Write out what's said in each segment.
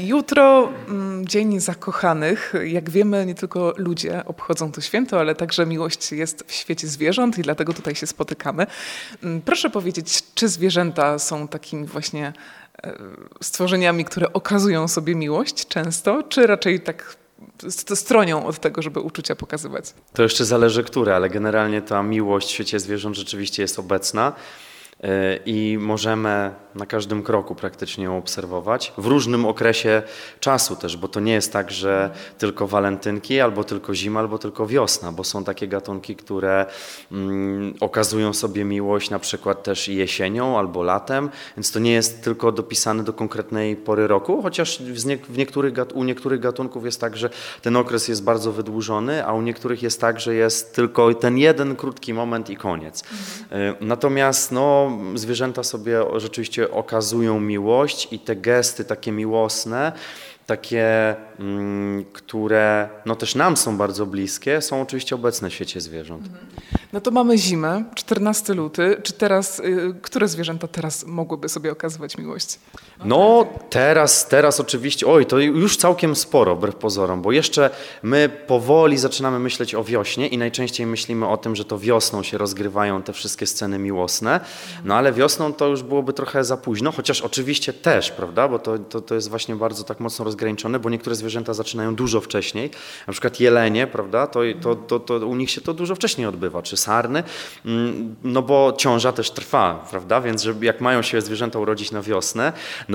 Jutro Dzień Zakochanych. Jak wiemy, nie tylko ludzie obchodzą to święto, ale także miłość jest w świecie zwierząt i dlatego tutaj się spotykamy. Proszę powiedzieć, czy zwierzęta są takimi właśnie stworzeniami, które okazują sobie miłość często, czy raczej tak stronią od tego, żeby uczucia pokazywać? To jeszcze zależy które, ale generalnie ta miłość w świecie zwierząt rzeczywiście jest obecna. I możemy na każdym kroku praktycznie ją obserwować, w różnym okresie czasu też, bo to nie jest tak, że tylko walentynki, albo tylko zima, albo tylko wiosna, bo są takie gatunki, które okazują sobie miłość na przykład też i jesienią, albo latem, więc to nie jest tylko dopisane do konkretnej pory roku, chociaż u niektórych gatunków jest tak, że ten okres jest bardzo wydłużony, a u niektórych jest tak, że jest tylko ten jeden krótki moment i koniec. Natomiast zwierzęta sobie rzeczywiście okazują miłość i te gesty takie miłosne, takie, które też nam są bardzo bliskie, są oczywiście obecne w świecie zwierząt. No to mamy zimę, 14 luty. Czy teraz, które zwierzęta teraz mogłyby sobie okazywać miłość? Teraz oczywiście, to już całkiem sporo, wbrew pozorom, bo jeszcze my powoli zaczynamy myśleć o wiośnie i najczęściej myślimy o tym, że to wiosną się rozgrywają te wszystkie sceny miłosne, ale wiosną to już byłoby trochę za późno, chociaż oczywiście też, prawda, bo to jest właśnie bardzo tak mocno rozgraniczone, bo niektóre zwierzęta zaczynają dużo wcześniej, na przykład jelenie, prawda, to u nich się to dużo wcześniej odbywa, czy sarny, bo ciąża też trwa, prawda, więc jak mają się zwierzęta urodzić na wiosnę,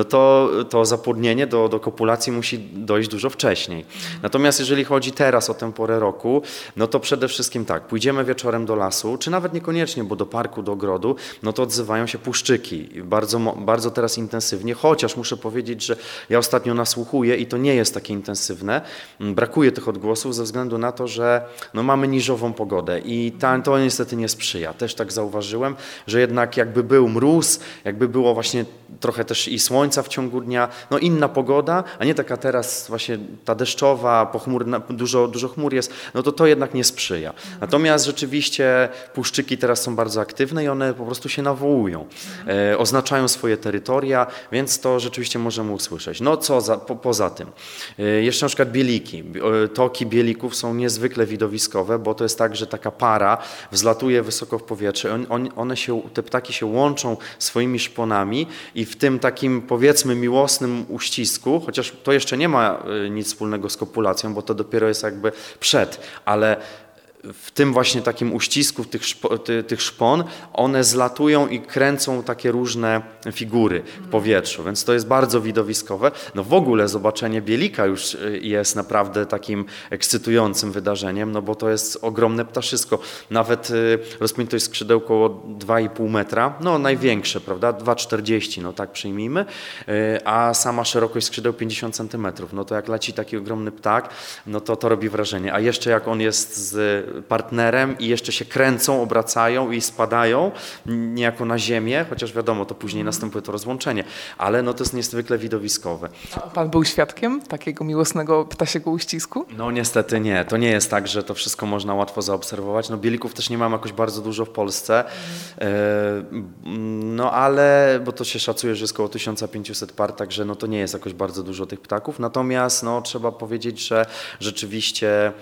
to zapłodnienie do kopulacji musi dojść dużo wcześniej. Natomiast jeżeli chodzi teraz o tę porę roku, to przede wszystkim tak, pójdziemy wieczorem do lasu, czy nawet niekoniecznie, bo do parku, do ogrodu, to odzywają się puszczyki bardzo, bardzo teraz intensywnie, chociaż muszę powiedzieć, że ja ostatnio nasłuchuję i to nie jest takie intensywne. Brakuje tych odgłosów ze względu na to, że mamy niżową pogodę i to niestety nie sprzyja. Też tak zauważyłem, że jednak jakby był mróz, jakby było właśnie trochę też i słońca w ciągu dnia, inna pogoda, a nie taka teraz właśnie ta deszczowa, pochmurna, dużo chmur jest, to jednak nie sprzyja. Natomiast rzeczywiście puszczyki teraz są bardzo aktywne i one po prostu się nawołują, oznaczają swoje terytoria, więc to rzeczywiście możemy usłyszeć. Poza tym, jeszcze na przykład bieliki. Toki bielików są niezwykle widowiskowe, bo to jest tak, że taka para wzlatuje wysoko w powietrze, te ptaki się łączą swoimi szponami i w tym takim powiedzmy miłosnym uścisku, chociaż to jeszcze nie ma nic wspólnego z kopulacją, bo to dopiero jest jakby przed, ale w tym właśnie takim uścisku tych szpon one zlatują i kręcą takie różne figury w powietrzu, więc to jest bardzo widowiskowe. W ogóle zobaczenie bielika już jest naprawdę takim ekscytującym wydarzeniem, bo to jest ogromne ptaszysko. Nawet rozpiętość skrzydeł około 2,5 metra, największe, prawda, 2,40, tak przyjmijmy, a sama szerokość skrzydeł 50 centymetrów. To jak leci taki ogromny ptak, to robi wrażenie. A jeszcze jak on jest z partnerem i jeszcze się kręcą, obracają i spadają niejako na ziemię, chociaż wiadomo, to później następuje to rozłączenie, ale to jest niezwykle widowiskowe. A pan był świadkiem takiego miłosnego ptasiego uścisku? Niestety nie. To nie jest tak, że to wszystko można łatwo zaobserwować. Bielików też nie mamy jakoś bardzo dużo w Polsce, ale, bo to się szacuje, że jest około 1500 par, także to nie jest jakoś bardzo dużo tych ptaków. Natomiast trzeba powiedzieć, że rzeczywiście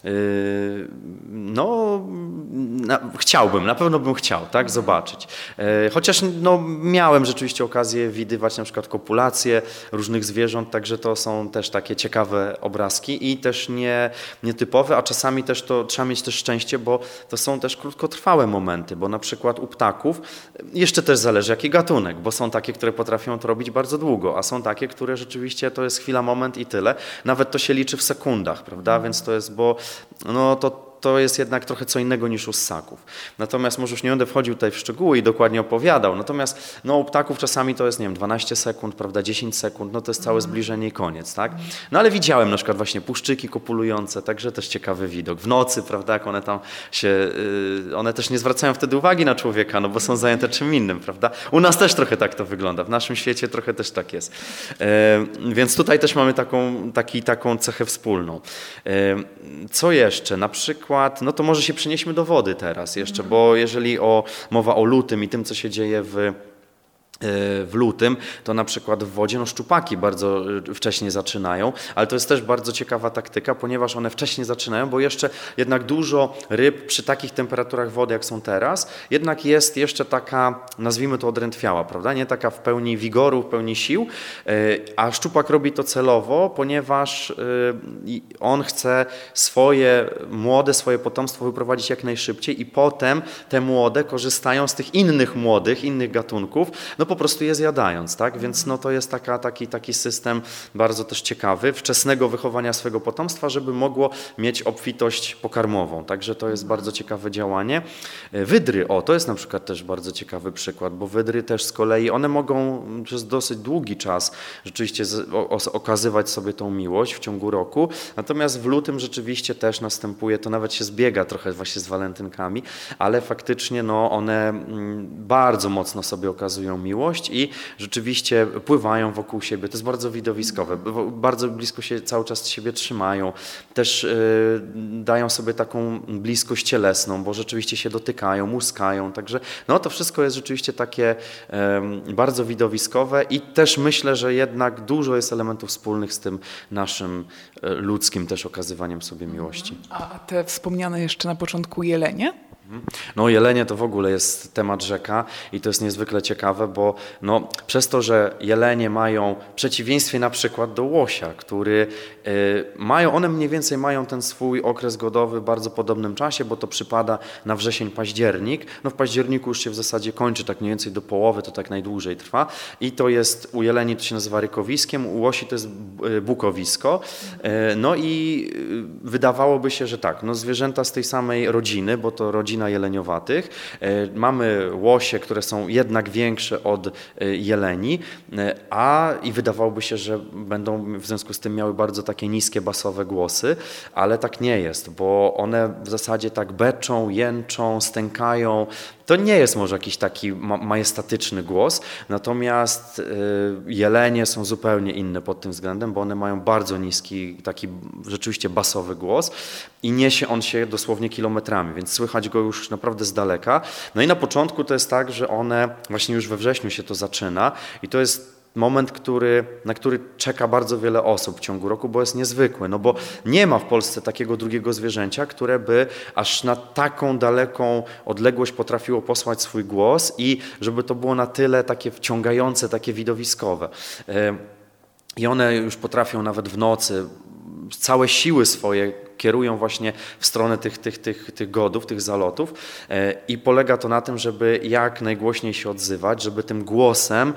chciałbym, na pewno bym chciał, tak, zobaczyć. Chociaż miałem rzeczywiście okazję widywać na przykład kopulacje różnych zwierząt, także to są też takie ciekawe obrazki i też nietypowe, a czasami też to trzeba mieć też szczęście, bo to są też krótkotrwałe momenty, bo na przykład u ptaków jeszcze też zależy jaki gatunek, bo są takie, które potrafią to robić bardzo długo, a są takie, które rzeczywiście to jest chwila, moment i tyle. Nawet to się liczy w sekundach, prawda, więc to jest, bo to jest jednak trochę co innego niż u ssaków. Natomiast może już nie będę wchodził tutaj w szczegóły i dokładnie opowiadał. Natomiast u ptaków czasami to jest, 12 sekund, prawda, 10 sekund, to jest całe zbliżenie i koniec, tak? Ale widziałem na przykład właśnie puszczyki kopulujące, także też ciekawy widok. W nocy, prawda, jak one tam one też nie zwracają wtedy uwagi na człowieka, bo są zajęte czym innym, prawda? U nas też trochę tak to wygląda, w naszym świecie trochę też tak jest. Więc tutaj też mamy taką cechę wspólną. Co jeszcze? Na przykład, to może się przenieśmy do wody teraz jeszcze, bo jeżeli mowa o lutym i tym, co się dzieje w w lutym, to na przykład w wodzie szczupaki bardzo wcześnie zaczynają, ale to jest też bardzo ciekawa taktyka, ponieważ one wcześniej zaczynają, bo jeszcze jednak dużo ryb przy takich temperaturach wody, jak są teraz, jednak jest jeszcze taka, nazwijmy to odrętwiała, prawda? Nie taka w pełni wigoru, w pełni sił, a szczupak robi to celowo, ponieważ on chce swoje potomstwo wyprowadzić jak najszybciej i potem te młode korzystają z tych innych gatunków, no po prostu je zjadając, tak? Więc no to jest taki system bardzo też ciekawy, wczesnego wychowania swojego potomstwa, żeby mogło mieć obfitość pokarmową. Także to jest bardzo ciekawe działanie. Wydry, to jest na przykład też bardzo ciekawy przykład, bo wydry też z kolei, one mogą przez dosyć długi czas rzeczywiście okazywać sobie tą miłość w ciągu roku, natomiast w lutym rzeczywiście też następuje, to nawet się zbiega trochę właśnie z walentynkami, ale faktycznie no one bardzo mocno sobie okazują miłość i rzeczywiście pływają wokół siebie. To jest bardzo widowiskowe. Bardzo blisko się cały czas siebie trzymają. Też dają sobie taką bliskość cielesną, bo rzeczywiście się dotykają, muskają. Także no to wszystko jest rzeczywiście takie bardzo widowiskowe i też myślę, że jednak dużo jest elementów wspólnych z tym naszym ludzkim też okazywaniem sobie miłości. A te wspomniane jeszcze na początku jelenie? No jelenie to w ogóle jest temat rzeka i to jest niezwykle ciekawe, bo no, przez to, że jelenie mają w przeciwieństwie na przykład do łosia, który one mniej więcej mają ten swój okres godowy w bardzo podobnym czasie, bo to przypada na wrzesień, październik. No w październiku już się w zasadzie kończy, tak mniej więcej do połowy, to tak najdłużej trwa i to jest u jeleni to się nazywa rykowiskiem, u łosi to jest bukowisko. No i wydawałoby się, że tak, no zwierzęta z tej samej rodziny, bo to rodzina jeleniowatych. Mamy łosie, które są jednak większe od jeleni, i wydawałoby się, że będą w związku z tym miały bardzo takie niskie, basowe głosy, ale tak nie jest, bo one w zasadzie tak beczą, jęczą, stękają. To nie jest może jakiś taki majestatyczny głos, natomiast jelenie są zupełnie inne pod tym względem, bo one mają bardzo niski, taki rzeczywiście basowy głos i niesie on się dosłownie kilometrami, więc słychać go już naprawdę z daleka. No i na początku to jest tak, że one, właśnie już we wrześniu się to zaczyna i to jest moment, na który czeka bardzo wiele osób w ciągu roku, bo jest niezwykły, no bo nie ma w Polsce takiego drugiego zwierzęcia, które by aż na taką daleką odległość potrafiło posłać swój głos i żeby to było na tyle takie wciągające, takie widowiskowe. I one już potrafią nawet w nocy całe siły swoje kierują właśnie w stronę tych godów, tych zalotów i polega to na tym, żeby jak najgłośniej się odzywać, żeby tym głosem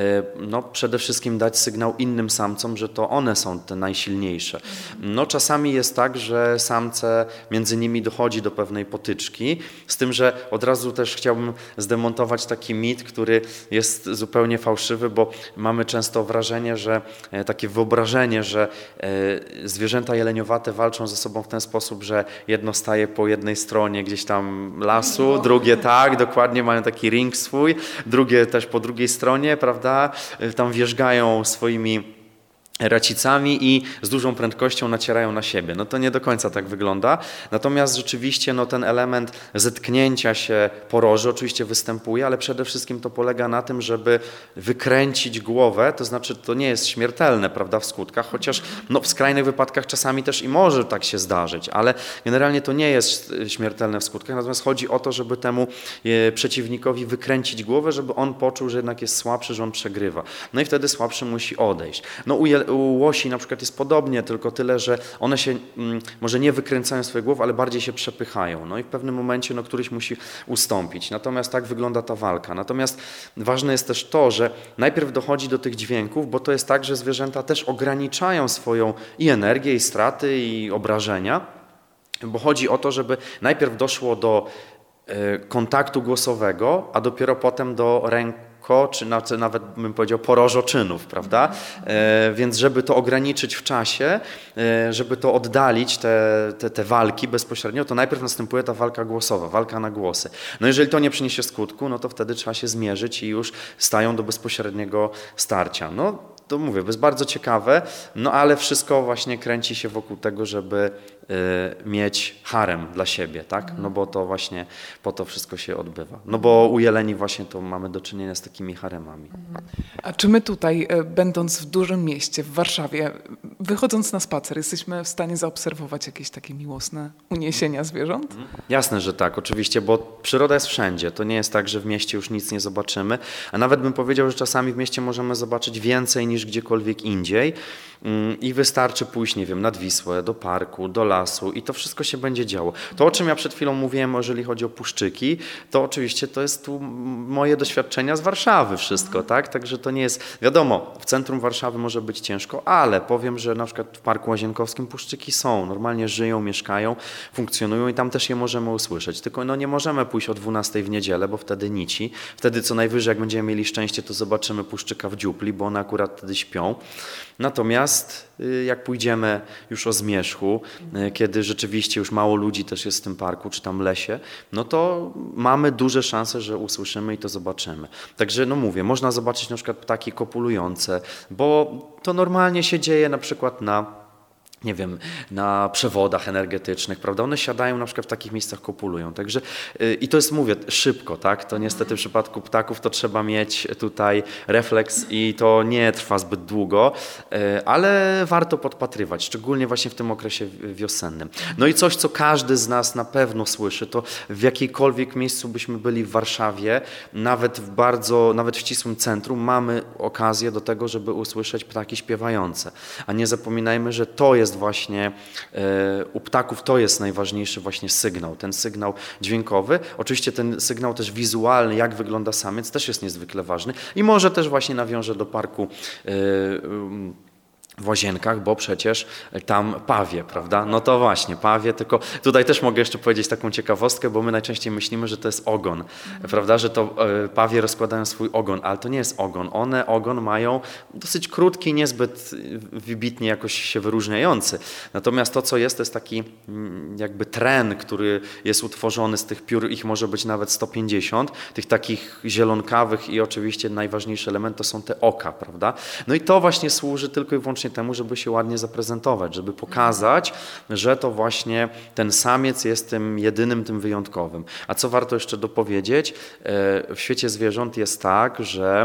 no, przede wszystkim dać sygnał innym samcom, że to one są te najsilniejsze. No, czasami jest tak, że samce między nimi dochodzi do pewnej potyczki, z tym, że od razu też chciałbym zdemontować taki mit, który jest zupełnie fałszywy, bo mamy często wrażenie, że takie wyobrażenie, że zwierzęta jeleniowate walczą ze sobą w ten sposób, że jedno staje po jednej stronie gdzieś tam lasu, drugie tak, dokładnie mają taki ring swój, drugie też po drugiej stronie, prawda, tam wierzgają swoimi racicami i z dużą prędkością nacierają na siebie. No to nie do końca tak wygląda. Natomiast rzeczywiście no, ten element zetknięcia się poroży oczywiście występuje, ale przede wszystkim to polega na tym, żeby wykręcić głowę, to znaczy to nie jest śmiertelne, prawda, w skutkach, chociaż no, w skrajnych wypadkach czasami też i może tak się zdarzyć, ale generalnie to nie jest śmiertelne w skutkach, natomiast chodzi o to, żeby temu przeciwnikowi wykręcić głowę, żeby on poczuł, że jednak jest słabszy, że on przegrywa. No i wtedy słabszy musi odejść. No u łosi na przykład jest podobnie, tylko tyle, że one się może nie wykręcają swoje głowy, ale bardziej się przepychają. No i w pewnym momencie no, któryś musi ustąpić. Natomiast tak wygląda ta walka. Natomiast ważne jest też to, że najpierw dochodzi do tych dźwięków, bo to jest tak, że zwierzęta też ograniczają swoją i energię, i straty, i obrażenia, bo chodzi o to, żeby najpierw doszło do kontaktu głosowego, a dopiero potem do czy nawet bym powiedział porożoczynów, prawda? Więc żeby to ograniczyć w czasie, żeby to oddalić te walki bezpośrednio, to najpierw następuje ta walka głosowa, walka na głosy. No jeżeli to nie przyniesie skutku, no to wtedy trzeba się zmierzyć i już stają do bezpośredniego starcia. No to mówię, to jest bardzo ciekawe, no ale wszystko właśnie kręci się wokół tego, żeby mieć harem dla siebie, tak? No bo to właśnie po to wszystko się odbywa. No bo u jeleni właśnie to mamy do czynienia z takimi haremami. A czy my tutaj, będąc w dużym mieście, w Warszawie, wychodząc na spacer, jesteśmy w stanie zaobserwować jakieś takie miłosne uniesienia zwierząt? Jasne, że tak, oczywiście, bo przyroda jest wszędzie. To nie jest tak, że w mieście już nic nie zobaczymy, a nawet bym powiedział, że czasami w mieście możemy zobaczyć więcej niż gdziekolwiek indziej i wystarczy pójść, nie wiem, nad Wisłę, do parku, do lasu i to wszystko się będzie działo. To, o czym ja przed chwilą mówiłem, jeżeli chodzi o puszczyki, to oczywiście to jest tu moje doświadczenia z Warszawy wszystko, tak? Także to nie jest, wiadomo, w centrum Warszawy może być ciężko, ale powiem, że na przykład w Parku Łazienkowskim puszczyki są, normalnie żyją, mieszkają, funkcjonują i tam też je możemy usłyszeć. Tylko no nie możemy pójść o 12 w niedzielę, bo wtedy nici. Wtedy co najwyżej, jak będziemy mieli szczęście, to zobaczymy puszczyka w dziupli, bo one akurat wtedy śpią. Natomiast jak pójdziemy już o zmierzchu, kiedy rzeczywiście już mało ludzi też jest w tym parku czy tam lesie, no to mamy duże szanse, że usłyszymy i to zobaczymy. Także no mówię, można zobaczyć na przykład ptaki kopulujące, bo to normalnie się dzieje na przykład nie wiem, na przewodach energetycznych, prawda? One siadają na przykład w takich miejscach, kopulują. Także i to jest, mówię, szybko, tak? To niestety w przypadku ptaków to trzeba mieć tutaj refleks i to nie trwa zbyt długo, ale warto podpatrywać, szczególnie właśnie w tym okresie wiosennym. No i coś, co każdy z nas na pewno słyszy, to w jakiejkolwiek miejscu byśmy byli w Warszawie, nawet w ścisłym centrum, mamy okazję do tego, żeby usłyszeć ptaki śpiewające. A nie zapominajmy, że to jest właśnie, u ptaków to jest najważniejszy właśnie sygnał, ten sygnał dźwiękowy. Oczywiście ten sygnał też wizualny, jak wygląda samiec, też jest niezwykle ważny i może też właśnie nawiążę do parku w Łazienkach, bo przecież tam pawie, prawda? No to właśnie, pawie, tylko tutaj też mogę jeszcze powiedzieć taką ciekawostkę, bo my najczęściej myślimy, że to jest ogon, prawda? Że to pawie rozkładają swój ogon, ale to nie jest ogon. One ogon mają dosyć krótki, niezbyt wybitnie jakoś się wyróżniający. Natomiast to, co jest, to jest taki jakby tren, który jest utworzony z tych piór, ich może być nawet 150, tych takich zielonkawych i oczywiście najważniejszy element to są te oka, prawda? No i to właśnie służy tylko i wyłącznie temu, żeby się ładnie zaprezentować, żeby pokazać, że to właśnie ten samiec jest tym jedynym, tym wyjątkowym. A co warto jeszcze dopowiedzieć, w świecie zwierząt jest tak, że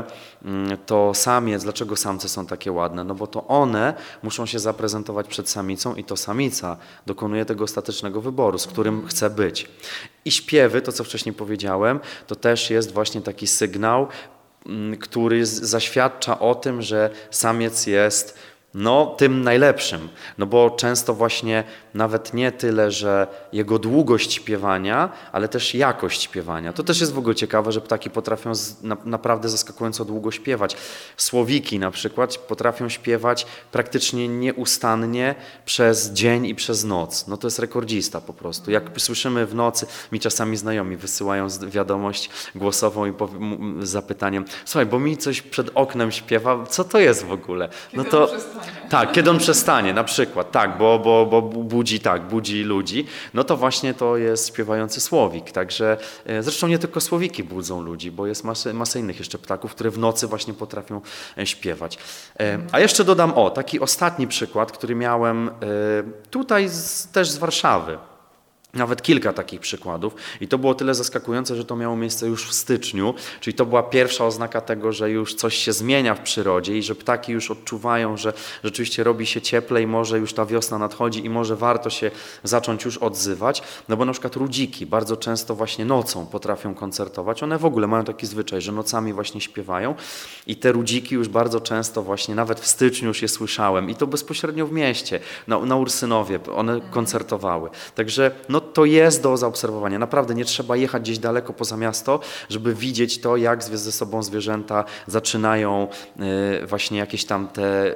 to samiec, dlaczego samce są takie ładne? No bo to one muszą się zaprezentować przed samicą i to samica dokonuje tego ostatecznego wyboru, z którym chce być. I śpiewy, to co wcześniej powiedziałem, to też jest właśnie taki sygnał, który zaświadcza o tym, że samiec jest tym najlepszym, no bo często właśnie nawet nie tyle, że jego długość śpiewania, ale też jakość śpiewania. To też jest w ogóle ciekawe, że ptaki potrafią naprawdę zaskakująco długo śpiewać. Słowiki na przykład potrafią śpiewać praktycznie nieustannie przez dzień i przez noc. No to jest rekordzista po prostu. Jak słyszymy w nocy, mi czasami znajomi wysyłają wiadomość głosową i z zapytaniem: słuchaj, bo mi coś przed oknem śpiewa, co to jest w ogóle? No to tak, kiedy on przestanie, na przykład, tak, bo budzi ludzi, no to właśnie to jest śpiewający słowik, także zresztą nie tylko słowiki budzą ludzi, bo jest masa innych jeszcze ptaków, które w nocy właśnie potrafią śpiewać. A jeszcze dodam, taki ostatni przykład, który miałem tutaj też z Warszawy. Nawet kilka takich przykładów i to było tyle zaskakujące, że to miało miejsce już w styczniu, czyli to była pierwsza oznaka tego, że już coś się zmienia w przyrodzie i że ptaki już odczuwają, że rzeczywiście robi się cieplej, może już ta wiosna nadchodzi i może warto się zacząć już odzywać, no bo na przykład rudziki bardzo często właśnie nocą potrafią koncertować, one w ogóle mają taki zwyczaj, że nocami właśnie śpiewają i te rudziki już bardzo często właśnie nawet w styczniu już je słyszałem i to bezpośrednio w mieście, na Ursynowie one koncertowały, także to jest do zaobserwowania. Naprawdę nie trzeba jechać gdzieś daleko poza miasto, żeby widzieć to, jak ze sobą zwierzęta zaczynają właśnie jakieś tam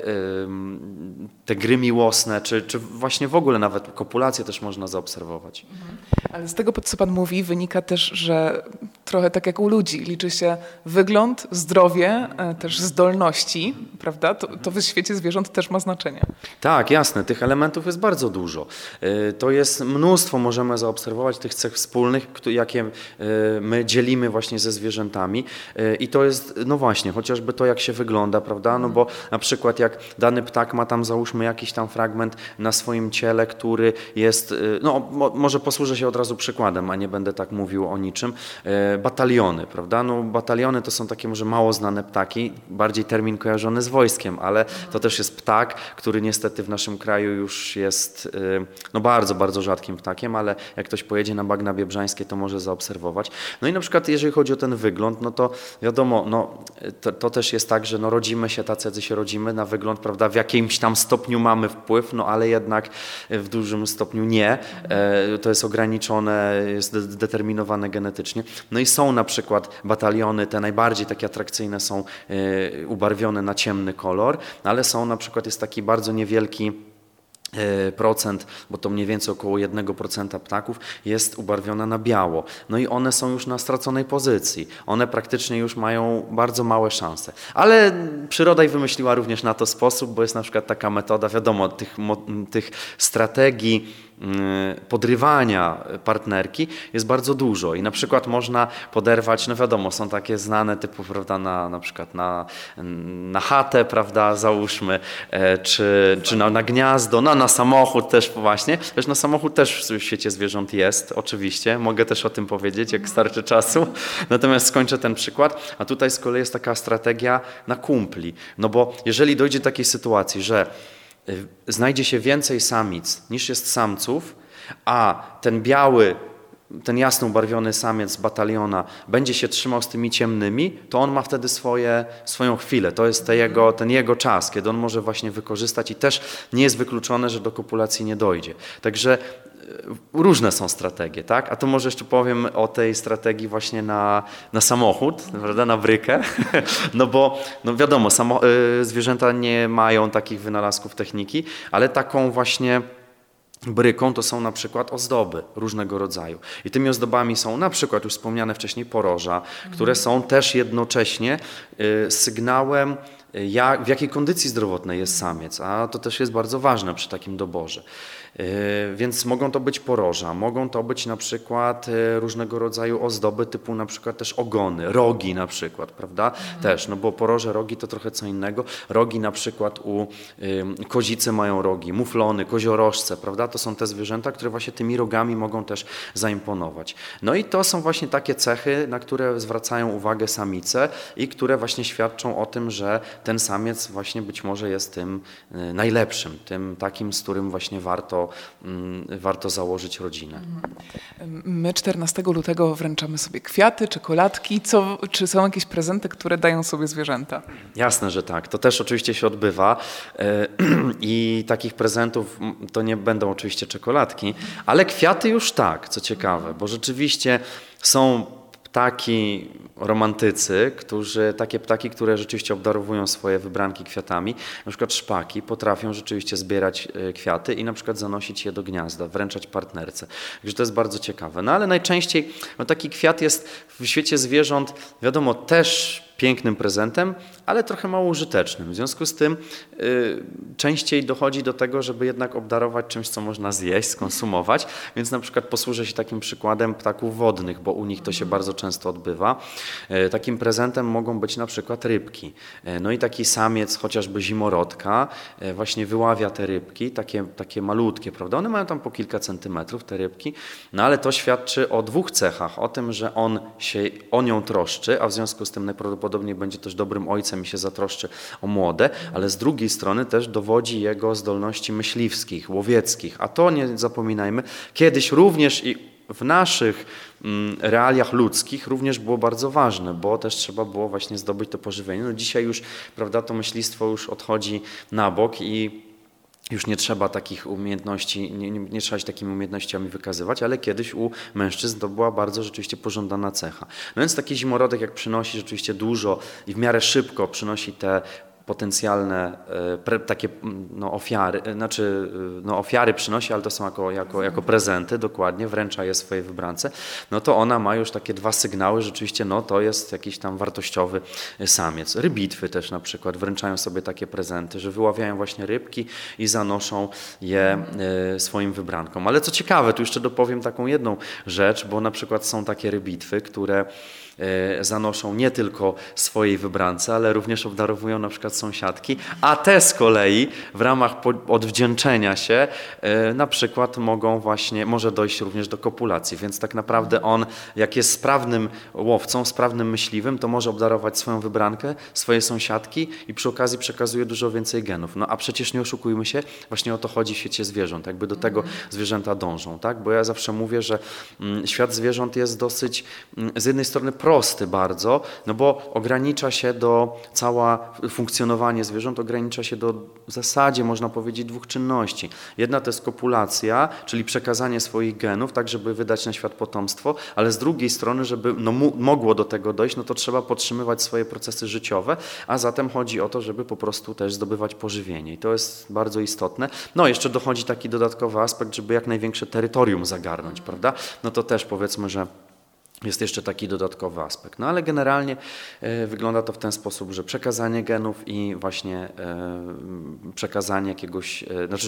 te gry miłosne, czy właśnie w ogóle nawet kopulację też można zaobserwować. Ale z tego, co Pan mówi, wynika też, że trochę tak jak u ludzi. Liczy się wygląd, zdrowie, też zdolności, prawda? To w świecie zwierząt też ma znaczenie. Tak, jasne. Tych elementów jest bardzo dużo. To jest mnóstwo, możemy zaobserwować tych cech wspólnych, jakie my dzielimy właśnie ze zwierzętami. I to jest, no właśnie, chociażby to, jak się wygląda, prawda? No bo na przykład jak dany ptak ma tam, załóżmy, jakiś tam fragment na swoim ciele, który jest, no może posłużę się od razu przykładem, a nie będę tak mówił o niczym. Bataliony, prawda? No bataliony to są takie może mało znane ptaki, bardziej termin kojarzony z wojskiem, ale to też jest ptak, który niestety w naszym kraju już jest no bardzo, bardzo rzadkim ptakiem, ale jak ktoś pojedzie na bagna biebrzańskie, to może zaobserwować. No i na przykład jeżeli chodzi o ten wygląd, no to wiadomo, no to też jest tak, że no rodzimy się tacy, jacy się rodzimy na wygląd, prawda? W jakimś tam stopniu mamy wpływ, no ale jednak w dużym stopniu nie. To jest ograniczone, jest zdeterminowane genetycznie. No i są na przykład bataliony, te najbardziej takie atrakcyjne są ubarwione na ciemny kolor, ale są na przykład, jest taki bardzo niewielki procent, bo to mniej więcej około 1% ptaków jest ubarwiona na biało. No i one są już na straconej pozycji. One praktycznie już mają bardzo małe szanse. Ale przyroda wymyśliła również na to sposób, bo jest na przykład taka metoda, wiadomo, tych strategii podrywania partnerki jest bardzo dużo i na przykład można poderwać, no wiadomo, są takie znane typu, prawda, na przykład na chatę, prawda, załóżmy, czy na gniazdo, no na samochód też właśnie. Też na samochód też w świecie zwierząt jest, oczywiście, mogę też o tym powiedzieć, jak starczy czasu, natomiast skończę ten przykład, a tutaj z kolei jest taka strategia na kumpli, no bo jeżeli dojdzie do takiej sytuacji, że znajdzie się więcej samic niż jest samców, a ten biały, ten jasno ubarwiony samiec bataliona będzie się trzymał z tymi ciemnymi, to on ma wtedy swoją chwilę. To jest ten jego czas, kiedy on może właśnie wykorzystać i też nie jest wykluczone, że do kopulacji nie dojdzie. Także różne są strategie, tak? A to może jeszcze powiem o tej strategii właśnie na samochód, prawda? Na brykę. No bo no wiadomo, zwierzęta nie mają takich wynalazków techniki, ale taką właśnie bryką to są na przykład ozdoby różnego rodzaju. I tymi ozdobami są na przykład już wspomniane wcześniej poroża, które są też jednocześnie sygnałem, w jakiej kondycji zdrowotnej jest samiec, a to też jest bardzo ważne przy takim doborze. Więc mogą to być poroża, mogą to być na przykład różnego rodzaju ozdoby typu na przykład też ogony, rogi na przykład, prawda? Też, no bo poroże, rogi to trochę co innego. Rogi na przykład u kozicy mają rogi, muflony, koziorożce, prawda? To są te zwierzęta, które właśnie tymi rogami mogą też zaimponować. No i to są właśnie takie cechy, na które zwracają uwagę samice i które właśnie świadczą o tym, że ten samiec właśnie być może jest tym najlepszym, tym takim, z którym właśnie warto założyć rodzinę. My 14 lutego wręczamy sobie kwiaty, czekoladki. Czy są jakieś prezenty, które dają sobie zwierzęta? Jasne, że tak. To też oczywiście się odbywa i takich prezentów to nie będą oczywiście czekoladki, ale kwiaty już tak, co ciekawe, bo rzeczywiście są takie ptaki, które rzeczywiście obdarowują swoje wybranki kwiatami, na przykład szpaki potrafią rzeczywiście zbierać kwiaty i na przykład zanosić je do gniazda, wręczać partnerce. Także to jest bardzo ciekawe. No ale najczęściej taki kwiat jest w świecie zwierząt, wiadomo, też pięknym prezentem, ale trochę mało użytecznym. W związku z tym częściej dochodzi do tego, żeby jednak obdarować czymś, co można zjeść, skonsumować. Więc na przykład posłużę się takim przykładem ptaków wodnych, bo u nich to się bardzo często odbywa. Takim prezentem mogą być na przykład rybki. No i taki samiec, chociażby zimorodka, właśnie wyławia te rybki, takie malutkie, prawda? One mają tam po kilka centymetrów, te rybki, no ale to świadczy o dwóch cechach. O tym, że on się o nią troszczy, a w związku z tym najprawdopodobniej będzie też dobrym ojcem i się zatroszczy o młode, ale z drugiej strony też dowodzi jego zdolności myśliwskich, łowieckich. A to, nie zapominajmy, kiedyś również i w naszych realiach ludzkich również było bardzo ważne, bo też trzeba było właśnie zdobyć to pożywienie. No dzisiaj już, prawda, to myślistwo już odchodzi na bok i już nie trzeba takich umiejętności, nie trzeba się takimi umiejętnościami wykazywać, ale kiedyś u mężczyzn to była bardzo rzeczywiście pożądana cecha. No więc taki zimorodek, jak przynosi rzeczywiście dużo i w miarę szybko przynosi te potencjalne takie ofiary, ofiary przynosi, ale to są jako prezenty, dokładnie, wręcza je swojej wybrance, no to ona ma już takie 2 sygnały, rzeczywiście to jest jakiś tam wartościowy samiec. Rybitwy też na przykład wręczają sobie takie prezenty, że wyławiają właśnie rybki i zanoszą je swoim wybrankom. Ale co ciekawe, tu jeszcze dopowiem taką jedną rzecz, bo na przykład są takie rybitwy, które zanoszą nie tylko swojej wybrance, ale również obdarowują na przykład sąsiadki, a te z kolei w ramach odwdzięczenia się na przykład może dojść również do kopulacji, więc tak naprawdę on, jak jest sprawnym łowcą, sprawnym myśliwym, to może obdarować swoją wybrankę, swoje sąsiadki i przy okazji przekazuje dużo więcej genów. No a przecież nie oszukujmy się, właśnie o to chodzi w świecie zwierząt, jakby do tego zwierzęta dążą, tak? Bo ja zawsze mówię, że świat zwierząt jest dosyć z jednej strony prosty bardzo, no bo ogranicza się całe funkcjonowanie zwierząt ogranicza się do w zasadzie można powiedzieć 2 czynności. Jedna to jest kopulacja, czyli przekazanie swoich genów, tak żeby wydać na świat potomstwo, ale z drugiej strony, żeby mogło do tego dojść, no to trzeba podtrzymywać swoje procesy życiowe, a zatem chodzi o to, żeby po prostu też zdobywać pożywienie i to jest bardzo istotne. No jeszcze dochodzi taki dodatkowy aspekt, żeby jak największe terytorium zagarnąć, prawda? No to też powiedzmy, że jest jeszcze taki dodatkowy aspekt. No ale generalnie wygląda to w ten sposób, że przekazanie genów i właśnie przekazanie jakiegoś,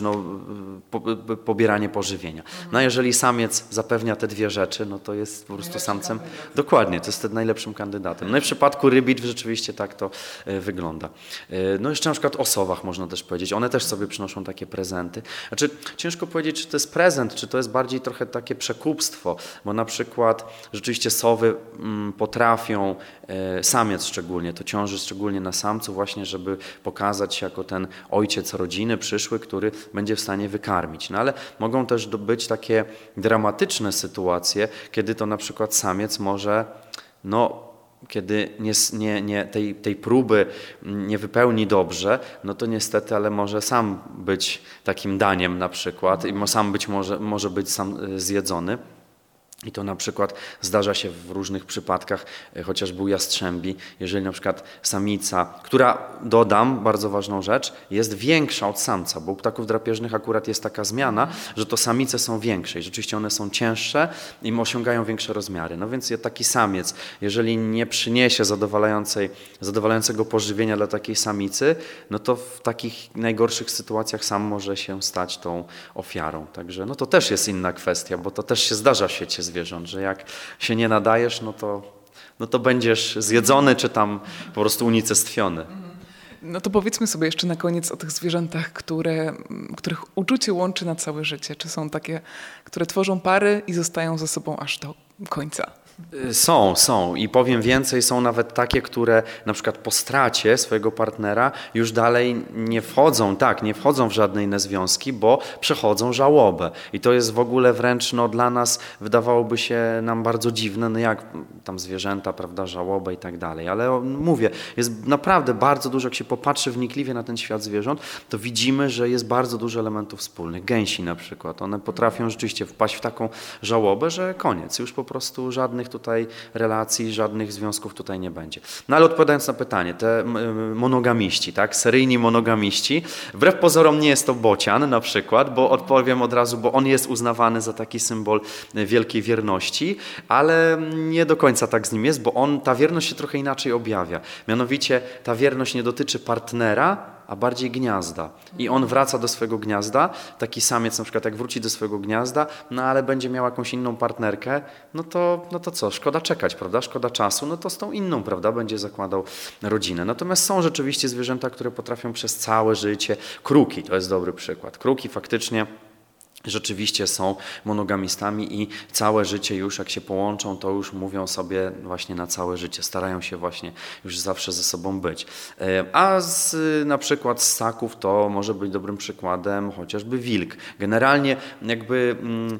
pobieranie pożywienia. No a jeżeli samiec zapewnia te 2 rzeczy, no to jest po prostu samcem. Dokładnie, to jest wtedy najlepszym kandydatem. No i w przypadku rybitw rzeczywiście tak to wygląda. No jeszcze na przykład o sowach można też powiedzieć. One też sobie przynoszą takie prezenty. Znaczy ciężko powiedzieć, czy to jest prezent, czy to jest bardziej trochę takie przekupstwo, bo na przykład rzeczywiście sowy potrafią, samiec szczególnie, to ciąży szczególnie na samcu właśnie, żeby pokazać się jako ten ojciec rodziny przyszły, który będzie w stanie wykarmić. No ale mogą też być takie dramatyczne sytuacje, kiedy to na przykład samiec może, kiedy tej próby nie wypełni dobrze, no to niestety, ale może sam być takim daniem na przykład i może być sam zjedzony. I to na przykład zdarza się w różnych przypadkach, chociażby u jastrzębi, jeżeli na przykład samica, która, dodam, bardzo ważną rzecz, jest większa od samca, bo u ptaków drapieżnych akurat jest taka zmiana, że to samice są większe i rzeczywiście one są cięższe i osiągają większe rozmiary. No więc taki samiec, jeżeli nie przyniesie zadowalającego pożywienia dla takiej samicy, no to w takich najgorszych sytuacjach sam może się stać tą ofiarą. Także no to też jest inna kwestia, bo to też się zdarza w świecie zwierząt, że jak się nie nadajesz, no to będziesz zjedzony, czy tam po prostu unicestwiony. No to powiedzmy sobie jeszcze na koniec o tych zwierzętach, których uczucie łączy na całe życie. Czy są takie, które tworzą pary i zostają ze sobą aż do końca? Są i powiem więcej, są nawet takie, które na przykład po stracie swojego partnera już dalej nie wchodzą w żadne inne związki, bo przechodzą żałobę. I to jest w ogóle wręcz dla nas wydawałoby się nam bardzo dziwne, jak tam zwierzęta, prawda, żałobę i tak dalej. Ale mówię, jest naprawdę bardzo dużo, jak się popatrzy wnikliwie na ten świat zwierząt, to widzimy, że jest bardzo dużo elementów wspólnych. Gęsi na przykład, one potrafią rzeczywiście wpaść w taką żałobę, że koniec, już po prostu żadnych tutaj relacji, żadnych związków tutaj nie będzie. No ale odpowiadając na pytanie, te monogamiści, tak, seryjni monogamiści, wbrew pozorom nie jest to bocian na przykład, bo odpowiem od razu, bo on jest uznawany za taki symbol wielkiej wierności, ale nie do końca tak z nim jest, bo ta wierność się trochę inaczej objawia. Mianowicie ta wierność nie dotyczy partnera, a bardziej gniazda. I on wraca do swojego gniazda, taki samiec na przykład jak wróci do swojego gniazda, no ale będzie miał jakąś inną partnerkę, no to co, szkoda czekać, prawda, szkoda czasu, no to z tą inną, prawda, będzie zakładał rodzinę. Natomiast są rzeczywiście zwierzęta, które potrafią przez całe życie, kruki to jest dobry przykład, kruki faktycznie rzeczywiście są monogamistami i całe życie już jak się połączą, to już mówią sobie właśnie na całe życie. Starają się właśnie już zawsze ze sobą być. A na przykład z ssaków to może być dobrym przykładem chociażby wilk. Generalnie jakby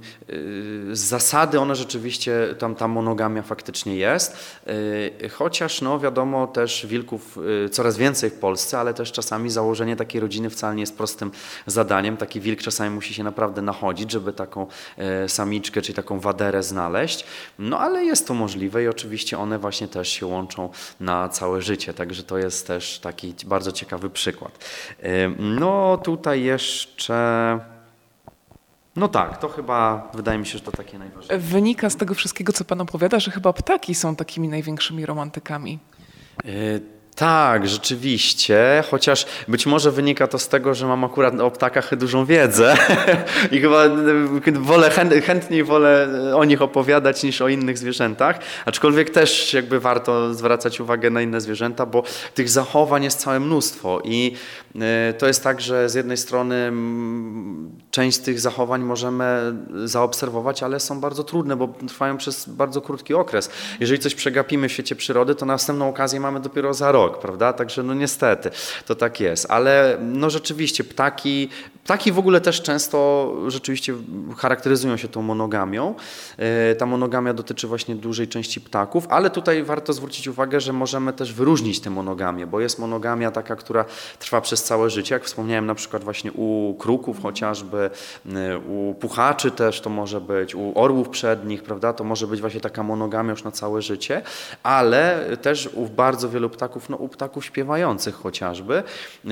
z zasady one rzeczywiście, tam ta monogamia faktycznie jest, chociaż no wiadomo też wilków coraz więcej w Polsce, ale też czasami założenie takiej rodziny wcale nie jest prostym zadaniem. Taki wilk czasami musi się naprawdę nachodzić, żeby taką samiczkę, czyli taką waderę znaleźć. No ale jest to możliwe i oczywiście one właśnie też się łączą na całe życie, także to jest też taki bardzo ciekawy przykład. No tutaj jeszcze... No tak, to chyba wydaje mi się, że to takie najważniejsze. Wynika z tego wszystkiego, co pan opowiada, że chyba ptaki są takimi największymi romantykami. Tak, rzeczywiście, chociaż być może wynika to z tego, że mam akurat o ptakach dużą wiedzę i chyba chętniej wolę o nich opowiadać niż o innych zwierzętach, aczkolwiek też jakby warto zwracać uwagę na inne zwierzęta, bo tych zachowań jest całe mnóstwo i to jest tak, że z jednej strony część z tych zachowań możemy zaobserwować, ale są bardzo trudne, bo trwają przez bardzo krótki okres. Jeżeli coś przegapimy w świecie przyrody, to następną okazję mamy dopiero za rok, prawda? Także no niestety to tak jest, ale no rzeczywiście ptaki w ogóle też często rzeczywiście charakteryzują się tą monogamią. Ta monogamia dotyczy właśnie dużej części ptaków, ale tutaj warto zwrócić uwagę, że możemy też wyróżnić tę monogamię, bo jest monogamia taka, która trwa przez całe życie, jak wspomniałem na przykład właśnie u kruków chociażby, u puchaczy też to może być, u orłów przednich, prawda? To może być właśnie taka monogamia już na całe życie, ale też u bardzo wielu ptaków, no u ptaków śpiewających chociażby,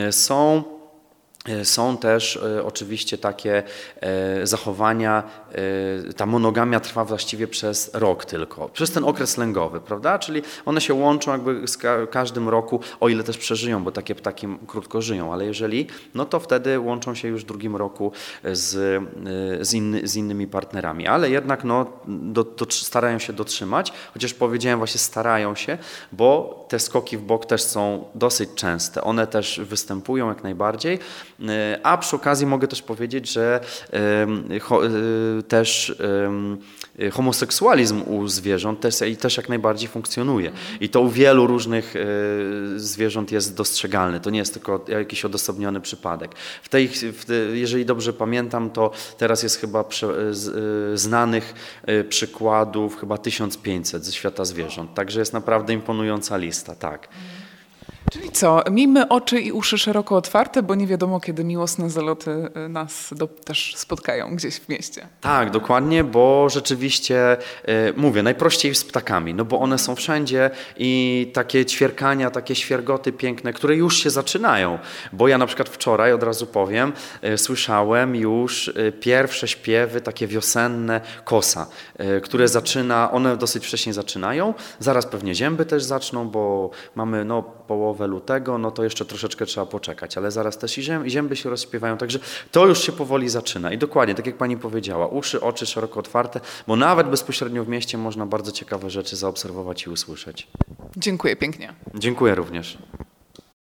są też oczywiście takie zachowania, ta monogamia trwa właściwie przez rok tylko, przez ten okres lęgowy, prawda? Czyli one się łączą jakby z każdym roku, o ile też przeżyją, bo takie ptaki krótko żyją, ale jeżeli, no to wtedy łączą się już w drugim roku z innymi partnerami, ale jednak no, starają się dotrzymać, chociaż powiedziałem właśnie starają się, bo te skoki w bok też są dosyć częste, one też występują jak najbardziej. A przy okazji mogę też powiedzieć, że też homoseksualizm u zwierząt też jak najbardziej funkcjonuje. I to u wielu różnych zwierząt jest dostrzegalne. To nie jest tylko jakiś odosobniony przypadek. Jeżeli dobrze pamiętam, to teraz jest chyba znanych przykładów chyba 1500 ze świata zwierząt. Także jest naprawdę imponująca lista, tak. Czyli co, miejmy oczy i uszy szeroko otwarte, bo nie wiadomo, kiedy miłosne zaloty nas też spotkają gdzieś w mieście. Tak, dokładnie, bo rzeczywiście, mówię, najprościej z ptakami, no bo one są wszędzie i takie ćwierkania, takie świergoty piękne, które już się zaczynają, bo ja na przykład wczoraj, od razu powiem, słyszałem już pierwsze śpiewy takie wiosenne kosa, które one dosyć wcześnie zaczynają, zaraz pewnie zięby też zaczną, bo mamy połowę lutego, no to jeszcze troszeczkę trzeba poczekać, ale zaraz też i zięby się rozśpiewają, także to już się powoli zaczyna i dokładnie, tak jak pani powiedziała, uszy, oczy szeroko otwarte, bo nawet bezpośrednio w mieście można bardzo ciekawe rzeczy zaobserwować i usłyszeć. Dziękuję pięknie. Dziękuję również.